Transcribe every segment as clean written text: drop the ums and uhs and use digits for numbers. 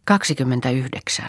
29.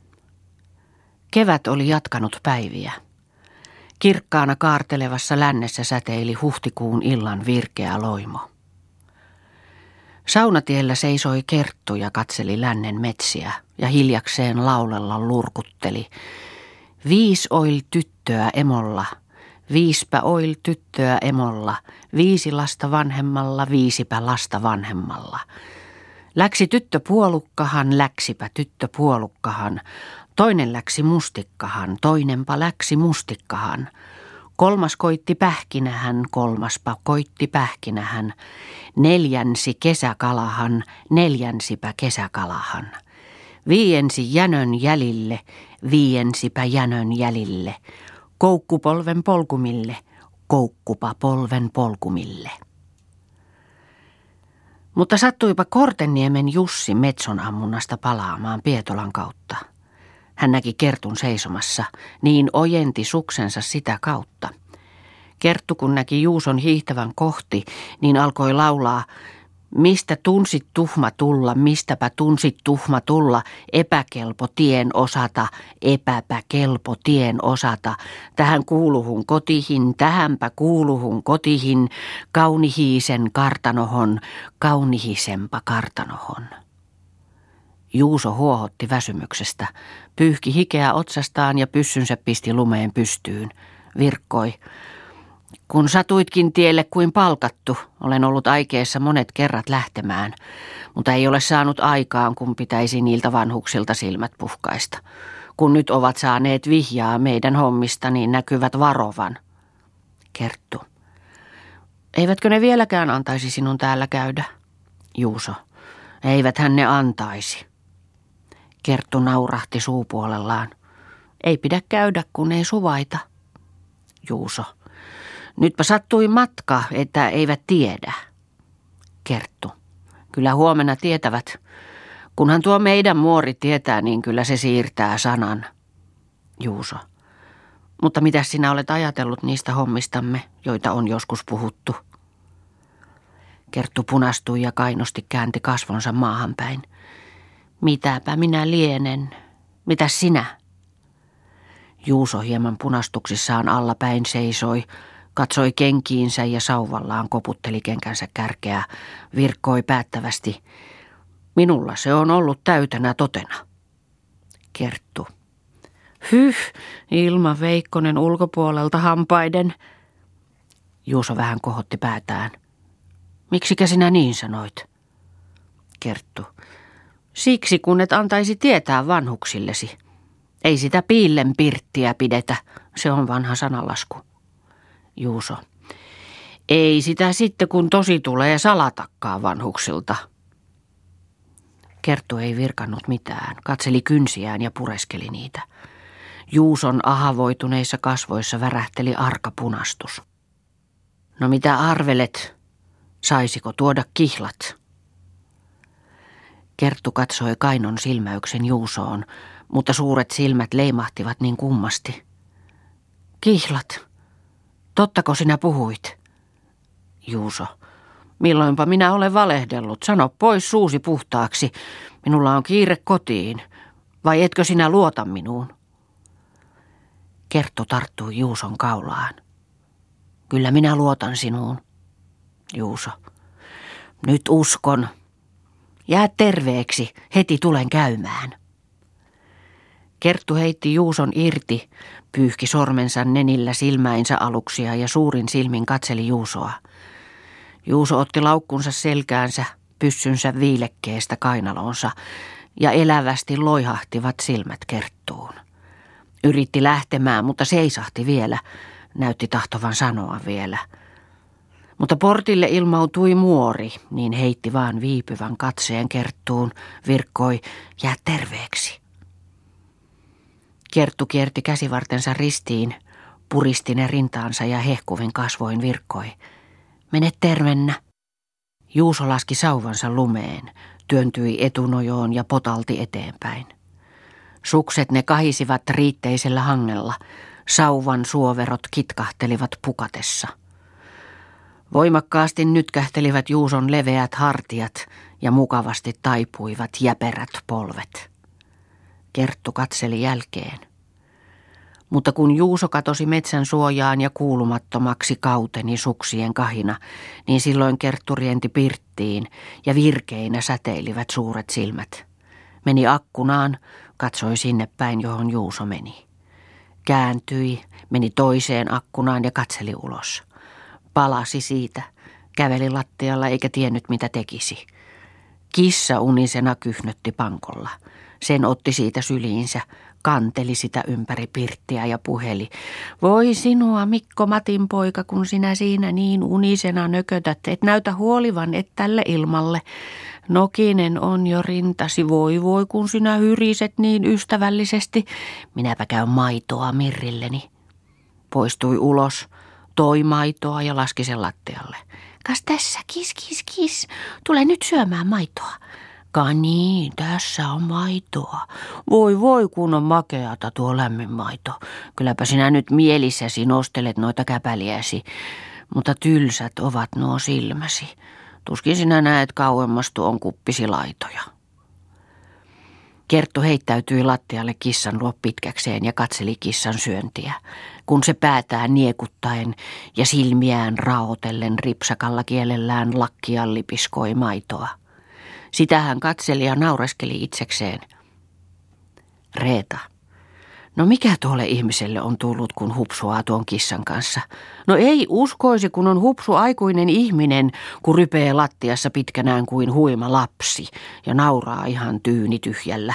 Kevät oli jatkanut päiviä. Kirkkaana kaartelevassa lännessä säteili huhtikuun illan virkeä loimo. Saunatiellä seisoi Kerttu ja katseli lännen metsiä ja hiljakseen laulella lurkutteli. 5 oil tyttöä emolla, 5pä oil tyttöä emolla, 5 lasta vanhemmalla, 5pä lasta vanhemmalla. Läksi tyttö puolukkahan, läksipä tyttö puolukkahan, toinen läksi mustikkahan, toinenpa läksi mustikkahan. 3 koitti pähkinähän, 3pä koitti pähkinähän, 4 kesäkalahan, 4pä kesäkalahan. 5 jänön jäljille, 5pä jänön jäljille, koukkupolven polkumille, koukkupa polven polkumille. Mutta sattuipa Kortenniemen Jussi Metson ammunnasta palaamaan Pietolan kautta. Hän näki Kertun seisomassa, niin ojenti suksensa sitä kautta. Kerttu kun näki Juuson hiihtävän kohti, niin alkoi laulaa, mistä tunsit tuhma tulla, mistäpä tunsit tuhma tulla, epäkelpo tien osata, epäpä kelpo tien osata, tähän kuuluhun kotihin, tähänpä kuuluhun kotihin, kaunihiisen kartanohon, kaunihisempa kartanohon. Juuso huohotti väsymyksestä, pyyhki hikeä otsastaan ja pyssynsä pisti lumeen pystyyn, virkkoi. Kun satuitkin tielle kuin palkattu, olen ollut aikeessa monet kerrat lähtemään, mutta ei ole saanut aikaan, kun pitäisi niiltä vanhuksilta silmät puhkaista. Kun nyt ovat saaneet vihjaa meidän hommista, niin näkyvät varovan. Kerttu. Eivätkö ne vieläkään antaisi sinun täällä käydä? Juuso. Eiväthän ne antaisi. Kerttu naurahti suupuolellaan. Ei pidä käydä, kun ei suvaita. Juuso. Nytpä sattui matka, että eivät tiedä. Kerttu. Kyllä huomenna tietävät. Kunhan tuo meidän muori tietää, niin kyllä se siirtää sanan. Juuso. Mutta mitä sinä olet ajatellut niistä hommistamme, joita on joskus puhuttu? Kerttu punastui ja kainosti käänti kasvonsa maahan päin. Mitäpä minä lienen? Mitäs sinä? Juuso hieman punastuksissaan allapäin seisoi, katsoi kenkiinsä ja sauvallaan koputteli kenkänsä kärkeä, virkkoi päättävästi. Minulla se on ollut täytänä totena. Kerttu. Hyh, Ilma Veikkonen ulkopuolelta hampaiden. Juuso vähän kohotti päätään. Miksikä sinä niin sanoit? Kerttu. Siksi kun et antaisi tietää vanhuksillesi. Ei sitä piillen pirttiä pidetä, se on vanha sananlasku. Juuso. Ei sitä sitten kun tosi tulee salatakkaa vanhuksilta. Kerttu ei virkannut mitään, katseli kynsiään ja pureskeli niitä. Juuson ahavoituneissa kasvoissa värähteli arka punastus. No mitä arvelet? Saisiko tuoda kihlat? Kerttu katsoi kainon silmäyksen Juusoon, mutta suuret silmät leimahtivat niin kummasti. Kihlat? Tottako sinä puhuit? Juuso. Milloinpa minä olen valehdellut? Sano pois suusi puhtaaksi. Minulla on kiire kotiin. Vai etkö sinä luota minuun? Kerttu tarttui Juuson kaulaan. Kyllä minä luotan sinuun. Juuso. Nyt uskon. Jää terveeksi, heti tulen käymään. Kerttu heitti Juuson irti, pyyhki sormensa nenillä silmäinsä aluksia ja suurin silmin katseli Juusoa. Juuso otti laukkunsa selkäänsä, pyssynsä viilekkeestä kainalonsa ja elävästi loihahtivat silmät Kerttuun. Yritti lähtemään, mutta seisahti vielä, näytti tahtovan sanoa vielä. Mutta portille ilmautui muori, niin heitti vaan viipyvän katseen Kerttuun, virkkoi, jää terveeksi. Kerttu kierti käsivartensa ristiin, puristi ne rintaansa ja hehkuvin kasvoin virkkoi. Mene tervennä. Juuso laski sauvansa lumeen, työntyi etunojoon ja potalti eteenpäin. Sukset ne kahisivat riitteisellä hangella, sauvan suoverot kitkahtelivat pukatessa. Voimakkaasti nytkähtelivät Juuson leveät hartiat ja mukavasti taipuivat jäperät polvet. Kerttu katseli jälkeen. Mutta kun Juuso katosi metsän suojaan ja kuulumattomaksi kauteni suksien kahina, niin silloin Kerttu rienti pirttiin ja virkeinä säteilivät suuret silmät. Meni akkunaan, katsoi sinne päin, johon Juuso meni. Kääntyi, meni toiseen akkunaan ja katseli ulos. Palasi siitä, käveli lattialla eikä tiennyt mitä tekisi. Kissa unisena kyhnötti pankolla. Sen otti siitä syliinsä, kanteli sitä ympäri pirttiä ja puheli. Voi sinua, Mikko Matin poika, kun sinä siinä niin unisena nökötät, et näytä huolivan et tälle ilmalle. Nokinen on jo rintasi, voi kun sinä hyriset niin ystävällisesti. Minäpä käyn maitoa Mirrilleni. Poistui ulos, toi maitoa ja laski sen lattialle. Kas tässä, kis, tule nyt syömään maitoa. Ka niin, tässä on maitoa. Voi kun on makeata tuo lämmin maito. Kylläpä sinä nyt mielissäsi nostelet noita käpäliäsi, mutta tylsät ovat nuo silmäsi. Tuskin sinä näet kauemmas tuon kuppisi laitoja. Kerttu heittäytyi lattialle kissan luo pitkäkseen ja katseli kissan syöntiä, kun se päätään niekuttaen ja silmiään raotellen ripsakalla kielellään lakkiaan lipiskoi maitoa. Sitä hän katseli ja naureskeli itsekseen. Reeta, no mikä tuolle ihmiselle on tullut, kun hupsuaa tuon kissan kanssa? No ei uskoisi, kun on hupsu aikuinen ihminen, kun rypee lattiassa pitkänään kuin huima lapsi ja nauraa ihan tyyni tyhjällä.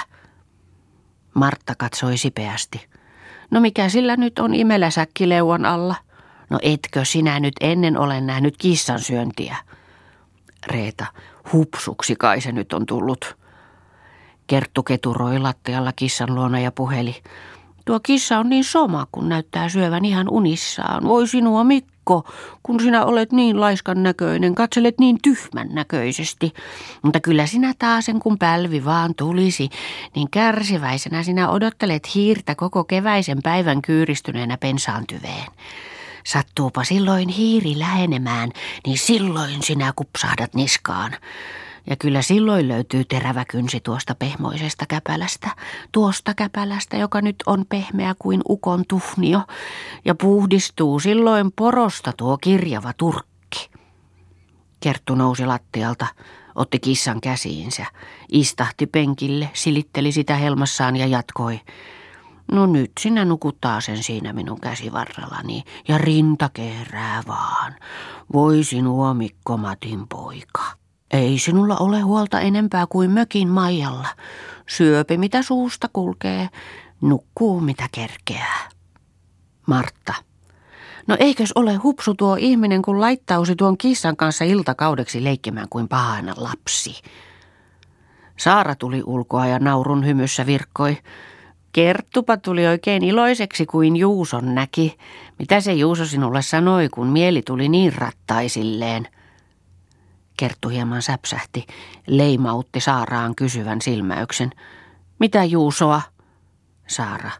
Martta katsoi sipeästi. No mikä sillä nyt on imeläsäkki leuan alla? No etkö sinä nyt ennen ole nähnyt kissan syöntiä? Reeta, hupsuksi kai se nyt on tullut. Kerttu keturoi lattialla kissan luona ja puheli. Tuo kissa on niin soma, kun näyttää syövän ihan unissaan. Voi sinua, Mikko, kun sinä olet niin laiskan näköinen, katselet niin tyhmän näköisesti. Mutta kyllä sinä taasen, kun pälvi vaan tulisi, niin kärsiväisenä sinä odottelet hiirtä koko keväisen päivän kyyristyneenä pensaantyveen. Sattuupa silloin hiiri lähenemään, niin silloin sinä kupsahdat niskaan. Ja kyllä silloin löytyy terävä kynsi tuosta pehmoisesta käpälästä, tuosta käpälästä, joka nyt on pehmeä kuin ukon tufnio, ja puhdistuu silloin porosta tuo kirjava turkki. Kerttu nousi lattialta, otti kissan käsiinsä, istahti penkille, silitteli sitä helmassaan ja jatkoi. No nyt sinä nukuttaa sen siinä minun käsivarrellani ja rinta kehrää vaan. Voi sinua, Mikko Matin poika. Ei sinulla ole huolta enempää kuin mökin Maijalla. Syöpi mitä suusta kulkee, nukkuu mitä kerkeää. Martta. No eikös ole hupsu tuo ihminen, kun laittausi tuon kissan kanssa iltakaudeksi leikkimään kuin pahana lapsi. Saara tuli ulkoa ja naurun hymyssä virkkoi. Kerttupa tuli oikein iloiseksi kuin Juuson näki. Mitä se Juuso sinulle sanoi, kun mieli tuli niin rattaisilleen? Kerttu hieman säpsähti, leimautti Saaraan kysyvän silmäyksen. Mitä Juusoa? Saara.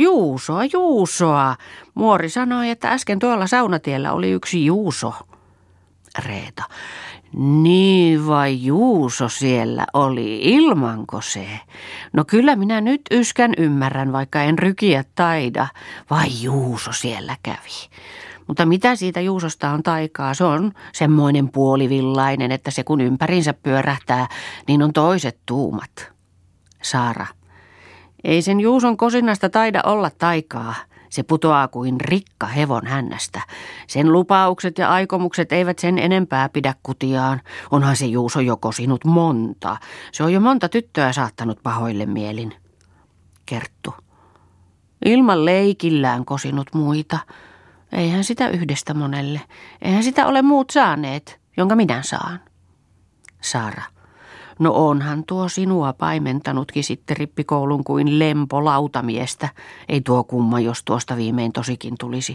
Juusoa. Muori sanoi, että äsken tuolla saunatiellä oli yksi Juuso. Reeta. Niin vai Juuso siellä oli, ilmanko se? No kyllä minä nyt yskän ymmärrän, vaikka en rykiä taida. Vai Juuso siellä kävi. Mutta mitä siitä Juusosta on taikaa? Se on semmoinen puolivillainen, että se kun ympärinsä pyörähtää, niin on toiset tuumat. Saara. Ei sen Juuson kosinnasta taida olla taikaa. Se putoaa kuin rikka hevon hännästä. Sen lupaukset ja aikomukset eivät sen enempää pidä kutiaan. Onhan se Juuso jo kosinut monta. Se on jo monta tyttöä saattanut pahoille mielin. Kerttu. Ilman leikillään kosinut muita. Eihän sitä yhdestä monelle. Eihän sitä ole muut saaneet, jonka minä saan. Saara. No onhan tuo sinua paimentanutkin sitten rippikoulun kuin lempo lautamiestä. Ei tuo kumma, jos tuosta viimein tosikin tulisi.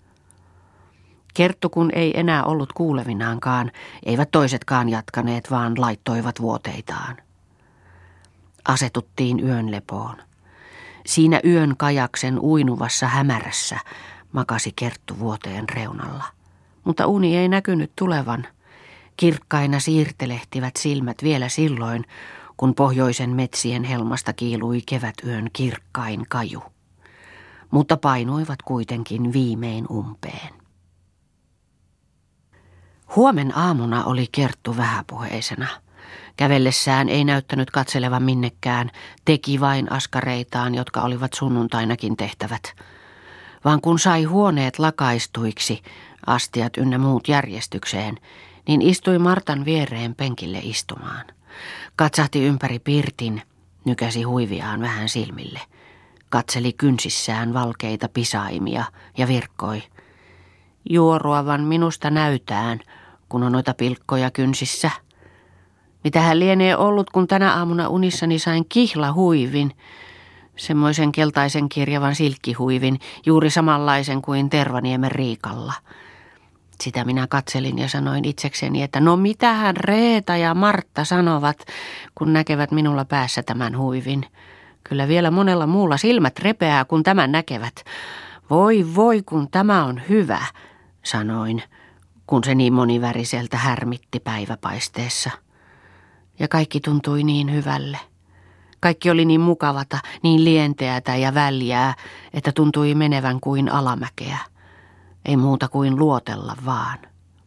Kerttu, kun ei enää ollut kuulevinaankaan, eivät toisetkaan jatkaneet, vaan laittoivat vuoteitaan. Asetuttiin yön lepoon. Siinä yön kajaksen uinuvassa hämärässä makasi Kerttu vuoteen reunalla. Mutta uni ei näkynyt tulevan. Kirkkaina siirtelehtivät silmät vielä silloin, kun pohjoisen metsien helmasta kiilui kevätyön kirkkain kaju. Mutta painuivat kuitenkin viimein umpeen. Huomen aamuna oli Kerttu vähäpuheisena. Kävellessään ei näyttänyt katselevan minnekään, teki vain askareitaan, jotka olivat sunnuntainakin tehtävät. Vaan kun sai huoneet lakaistuiksi, astiat ynnä muut järjestykseen, niin istui Martan viereen penkille istumaan. Katsahti ympäri pirtin, nykäsi huiviaan vähän silmille. Katseli kynsissään valkeita pisaimia ja virkkoi. Juoruavan minusta näytään, kun on noita pilkkoja kynsissä. Mitähän lienee ollut, kun tänä aamuna unissani sain kihlahuivin, semmoisen keltaisen kirjavan silkkihuivin, juuri samanlaisen kuin Tervaniemen Riikalla. Sitä minä katselin ja sanoin itsekseni, että no mitähän Reeta ja Martta sanovat, kun näkevät minulla päässä tämän huivin. Kyllä vielä monella muulla silmät repeää, kun tämän näkevät. Voi voi, kun tämä on hyvä, sanoin, kun se niin moniväriseltä härmitti päiväpaisteessa. Ja kaikki tuntui niin hyvälle. Kaikki oli niin mukavata, niin lienteätä ja väljää, että tuntui menevän kuin alamäkeä. Ei muuta kuin luotella vaan.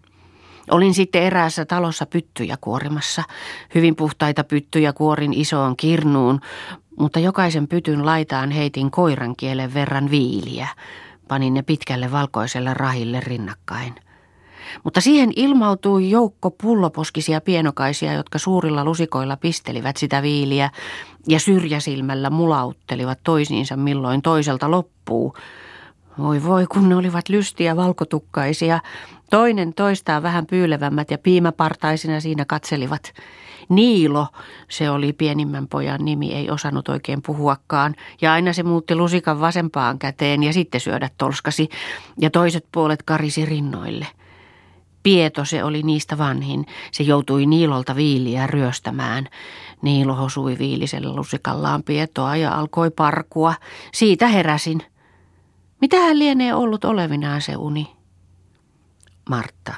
Olin sitten eräässä talossa pyttyjä kuorimassa. Hyvin puhtaita pyttyjä kuorin isoon kirnuun, mutta jokaisen pytyn laitaan heitin koiran kielen verran viiliä. Panin ne pitkälle valkoiselle rahille rinnakkain. Mutta siihen ilmautui joukko pulloposkisia pienokaisia, jotka suurilla lusikoilla pistelivät sitä viiliä ja syrjäsilmällä mulauttelivat toisiinsa milloin toiselta loppuu. Voi voi, kun ne olivat lystiä valkotukkaisia. Toinen toistaan vähän pyylevämmät ja piimäpartaisina siinä katselivat. Niilo, se oli pienimmän pojan nimi, ei osannut oikein puhuakaan. Ja aina se muutti lusikan vasempaan käteen ja sitten syödä tolskasi. Ja toiset puolet karisi rinnoille. Pieto se oli niistä vanhin. Se joutui Niilolta viiliä ryöstämään. Niilo hosui viilisellä lusikallaan Pietoa ja alkoi parkua. Siitä heräsin. Mitähän lienee ollut olevinaan se uni? Martta.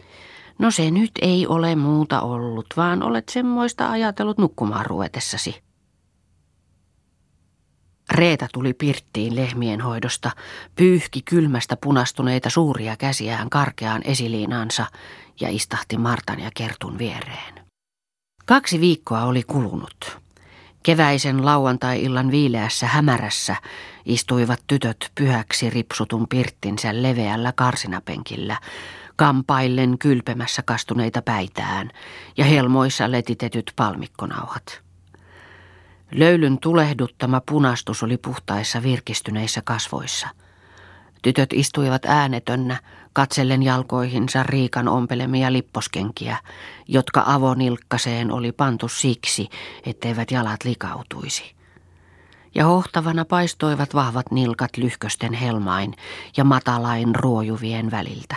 No se nyt ei ole muuta ollut, vaan olet semmoista ajatellut nukkumaan ruvetessasi. Reeta tuli pirttiin lehmien hoidosta, pyyhki kylmästä punastuneita suuria käsiään karkeaan esiliinansa ja istahti Martan ja Kertun viereen. 2 viikkoa oli kulunut. Keväisen lauantai-illan viileässä hämärässä istuivat tytöt pyhäksi ripsutun pirttinsä leveällä karsinapenkillä, kampaillen kylpemässä kastuneita päitään ja helmoissa letitetyt palmikkonauhat. Löylyn tulehduttama punastus oli puhtaissa virkistyneissä kasvoissa. Tytöt istuivat äänetönnä, katsellen jalkoihinsa Riikan ompelemia lipposkenkiä, jotka avonilkkaseen oli pantu siksi, etteivät jalat likautuisi. Ja hohtavana paistoivat vahvat nilkat lyhkösten helmain ja matalain ruojuvien väliltä.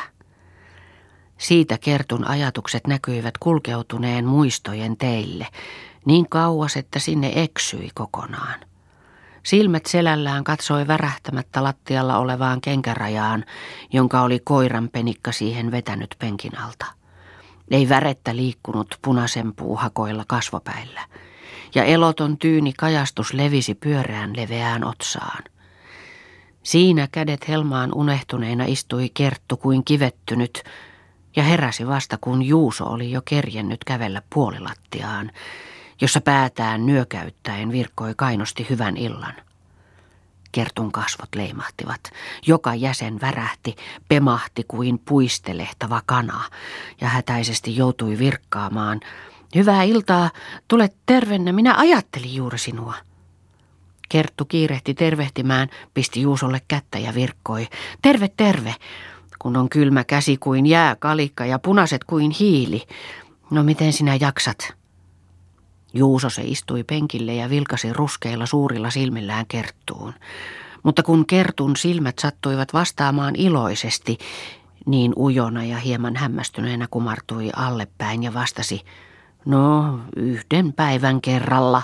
Siitä Kertun ajatukset näkyivät kulkeutuneen muistojen teille, niin kauas, että sinne eksyi kokonaan. Silmät selällään katsoi värähtämättä lattialla olevaan kenkärajaan, jonka oli koiran penikka siihen vetänyt penkin alta. Ei värettä liikkunut punaisen puuhakoilla kasvopäillä, ja eloton tyyni kajastus levisi pyöreän leveään otsaan. Siinä kädet helmaan unehtuneina istui Kerttu kuin kivettynyt, ja heräsi vasta kun Juuso oli jo kerjennyt kävellä puolilattiaan, jossa päätään nyökäyttäen virkkoi kainosti hyvän illan. Kertun kasvot leimahtivat. Joka jäsen värähti, pemahti kuin puistelehtava kana ja hätäisesti joutui virkkaamaan. Hyvää iltaa, tule tervennä, minä ajattelin juuri sinua. Kerttu kiirehti tervehtimään, pisti Juusolle kättä ja virkkoi. Terve, terve, kun on kylmä käsi kuin jääkalikka ja punaiset kuin hiili. No miten sinä jaksat? Juuso se istui penkille ja vilkasi ruskeilla suurilla silmillään Kerttuun. Mutta kun Kertun silmät sattuivat vastaamaan iloisesti, niin ujona ja hieman hämmästyneenä kumartui allepäin ja vastasi, no 1 päivän kerralla.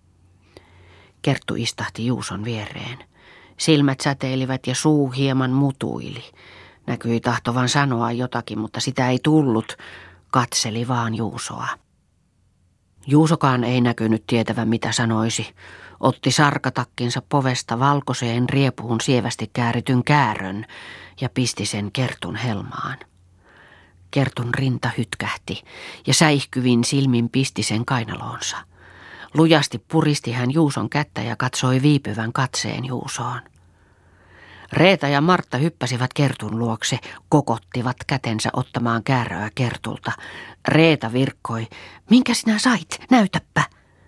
Kerttu istahti Juuson viereen. Silmät säteilivät ja suu hieman mutuili. Näkyi tahtovan sanoa jotakin, mutta sitä ei tullut, katseli vaan Juusoa. Juusokaan ei näkynyt tietävän mitä sanoisi. Otti sarkatakkinsa povesta valkoiseen riepuun sievästi käärityn käärön ja pisti sen Kertun helmaan. Kertun rinta hytkähti ja säihkyvin silmin pisti sen kainaloonsa. Lujasti puristi hän Juuson kättä ja katsoi viipyvän katseen Juusoon. Reeta ja Martta hyppäsivät Kertun luokse, kokottivat kätensä ottamaan kääröä Kertulta. Reeta virkkoi, minkä sinä sait, näytäpä.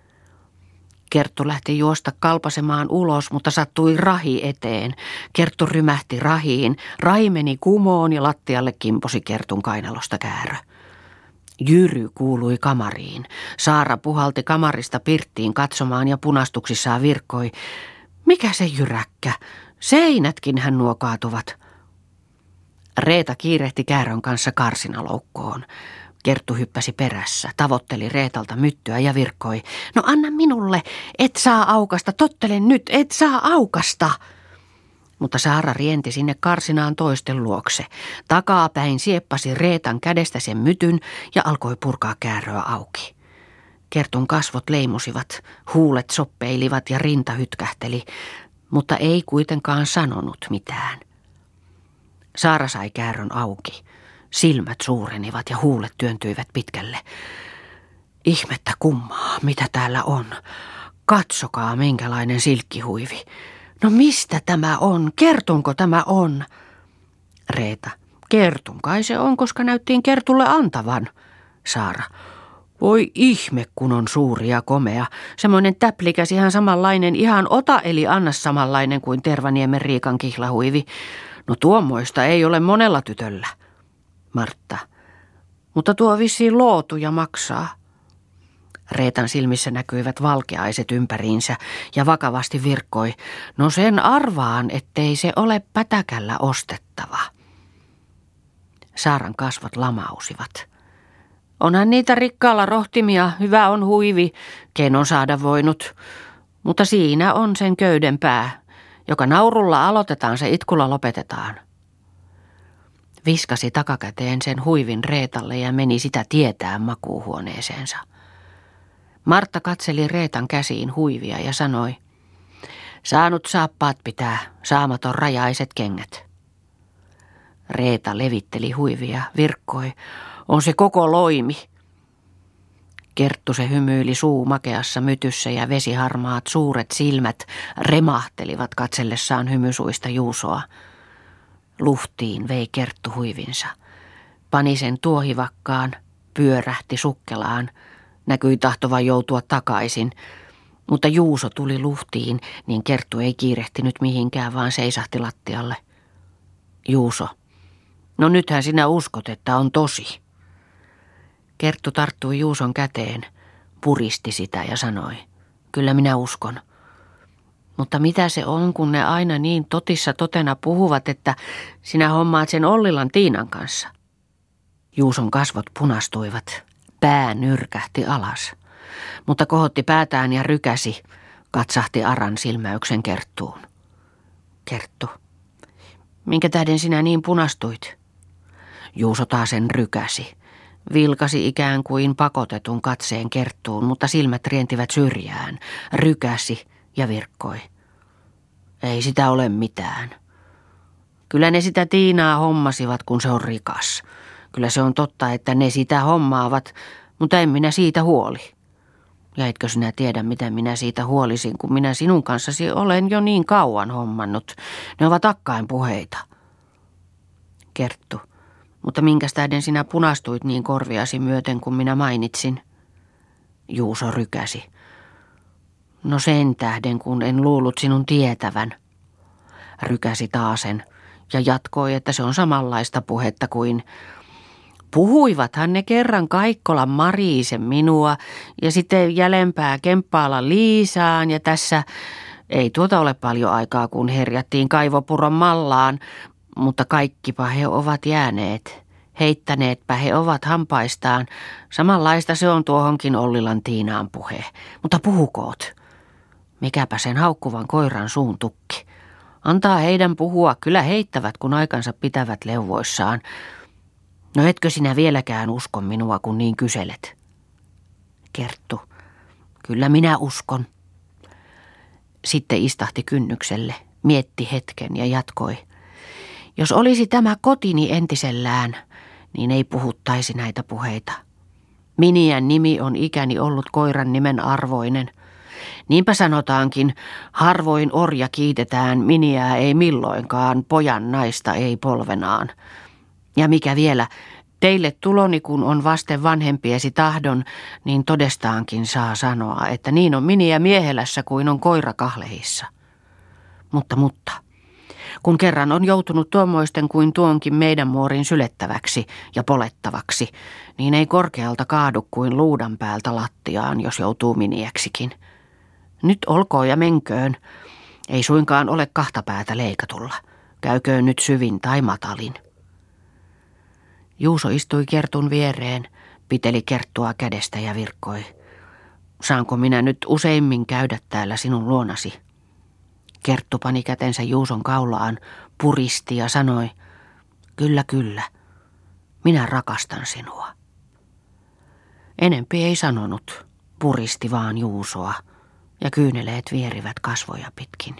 Kerttu lähti juosta kalpasemaan ulos, mutta sattui rahi eteen. Kerttu rymähti rahiin, rahi meni kumoon ja lattialle kimposi Kertun kainalosta käärö. Jyry kuului kamariin. Saara puhalti kamarista pirttiin katsomaan ja punastuksissaan virkkoi, mikä se jyräkkä? Seinätkin hän nuo kaatuvat. Reeta kiirehti käärön kanssa karsinaloukkoon. Kerttu hyppäsi perässä, tavoitteli Reetalta myttyä ja virkkoi. No anna minulle, et saa aukasta, tottelen nyt, et saa aukasta. Mutta Saara rienti sinne karsinaan toisten luokse. Takapäin sieppasi Reetan kädestä sen mytyn ja alkoi purkaa kääröä auki. Kertun kasvot leimusivat, huulet soppeilivat ja rinta hytkähteli, mutta ei kuitenkaan sanonut mitään. Saara sai käärön auki. Silmät suurenivat ja huulet työntyivät pitkälle. Ihmettä kummaa, mitä täällä on. Katsokaa, minkälainen silkkihuivi. No mistä tämä on? Kertunko tämä on? Reeta. Kertun kai se on, koska näyttiin Kertulle antavan. Saara. Voi ihme, kun on suuri ja komea. Semmoinen täplikäs ihan samanlainen, ihan ota eli anna samanlainen kuin Tervaniemen Riikan kihlahuivi. No tuommoista ei ole monella tytöllä. Martta. Mutta tuo vissiin lootu ja maksaa. Reetan silmissä näkyivät valkeaiset ympäriinsä ja vakavasti virkkoi. No sen arvaan, ettei se ole pätäkällä ostettava. Saaran kasvot lamausivat. Onhan niitä rikkaalla rohtimia, hyvä on huivi, ken on saada voinut. Mutta siinä on sen köyden pää, joka naurulla aloitetaan, se itkulla lopetetaan. Viskasi takakäteen sen huivin Reetalle ja meni sitä tietään makuuhuoneeseensa. Martta katseli Reetan käsiin huivia ja sanoi, saanut saappaat pitää, saamaton rajaiset kengät. Reeta levitteli huivia, virkkoi, on se koko loimi. Kerttu se hymyili suu makeassa mytyssä ja vesiharmaat suuret silmät remahtelivat katsellessaan hymysuista Juusoa. Luhtiin vei Kerttu huivinsa. Pani sen tuohivakkaan, pyörähti sukkelaan, näkyi tahtovan joutua takaisin, mutta Juuso tuli luhtiin, niin Kerttu ei kiirehtinyt mihinkään, vaan seisahti lattialle. Juuso, no nythän sinä uskot, että on tosi. Kerttu tarttui Juuson käteen, puristi sitä ja sanoi, kyllä minä uskon. Mutta mitä se on, kun ne aina niin totissa totena puhuvat, että sinä hommaat sen Ollilan Tiinan kanssa? Juuson kasvot punastuivat, pää nyrkähti alas, mutta kohotti päätään ja rykäsi, katsahti aran silmäyksen Kerttuun. Kerttu, minkä tähden sinä niin punastuit? Juuso taasen rykäsi, vilkasi ikään kuin pakotetun katseen Kerttuun, mutta silmät rientivät syrjään, rykäsi ja virkkoi. Ei sitä ole mitään. Kyllä ne sitä Tiinaa hommasivat, kun se on rikas. Kyllä se on totta, että ne sitä hommaavat, mutta en minä siitä huoli. Ja etkö sinä tiedä, miten minä siitä huolisin, kun minä sinun kanssasi olen jo niin kauan hommannut. Ne ovat akkain puheita. Kerttu, mutta minkäs tähden sinä punastuit niin korviasi myöten, kun minä mainitsin? Juuso rykäsi. No sen tähden, kun en luullut sinun tietävän. Rykäsi taasen ja jatkoi, että se on samanlaista puhetta kuin... Puhuivathan ne kerran Kaikkolan Mariisen minua ja sitten jäljempää Kemppaala Liisaan ja tässä ei tuota ole paljon aikaa, kun herjattiin Kaivopuron Mallaan, mutta kaikkipa he ovat jääneet. Heittäneetpä he ovat hampaistaan. Samanlaista se on tuohonkin Ollilan Tiinaan puhe. Mutta puhukoot. Mikäpä sen haukkuvan koiran suun tukki. Antaa heidän puhua, kyllä heittävät, kun aikansa pitävät leuvoissaan. No etkö sinä vieläkään usko minua, kun niin kyselet? Kerttu, kyllä minä uskon. Sitten istahti kynnykselle, mietti hetken ja jatkoi. Jos olisi tämä kotini entisellään, niin ei puhuttaisi näitä puheita. Miniän nimi on ikäni ollut koiran nimen arvoinen. Niinpä sanotaankin, harvoin orja kiitetään, miniää ei milloinkaan, pojan naista ei polvenaan. Ja mikä vielä, teille tuloni kun on vasten vanhempiesi tahdon, niin todestaankin saa sanoa, että niin on miniä miehelässä kuin on koira kahlehissa. Mutta, kun kerran on joutunut tuommoisten kuin tuonkin meidän muorin sylettäväksi ja polettavaksi, niin ei korkealta kaadu kuin luudan päältä lattiaan, jos joutuu miniäksikin. Nyt olkoon ja menköön. Ei suinkaan ole kahta päätä leikatulla. Käyköön nyt syvin tai matalin. Juuso istui Kertun viereen, piteli Kerttua kädestä ja virkkoi. Saanko minä nyt useimmin käydä täällä sinun luonasi? Kerttu pani kätensä Juuson kaulaan, puristi ja sanoi, kyllä, minä rakastan sinua. Enempi ei sanonut, puristi vaan Juusoa ja kyyneleet vierivät kasvoja pitkin.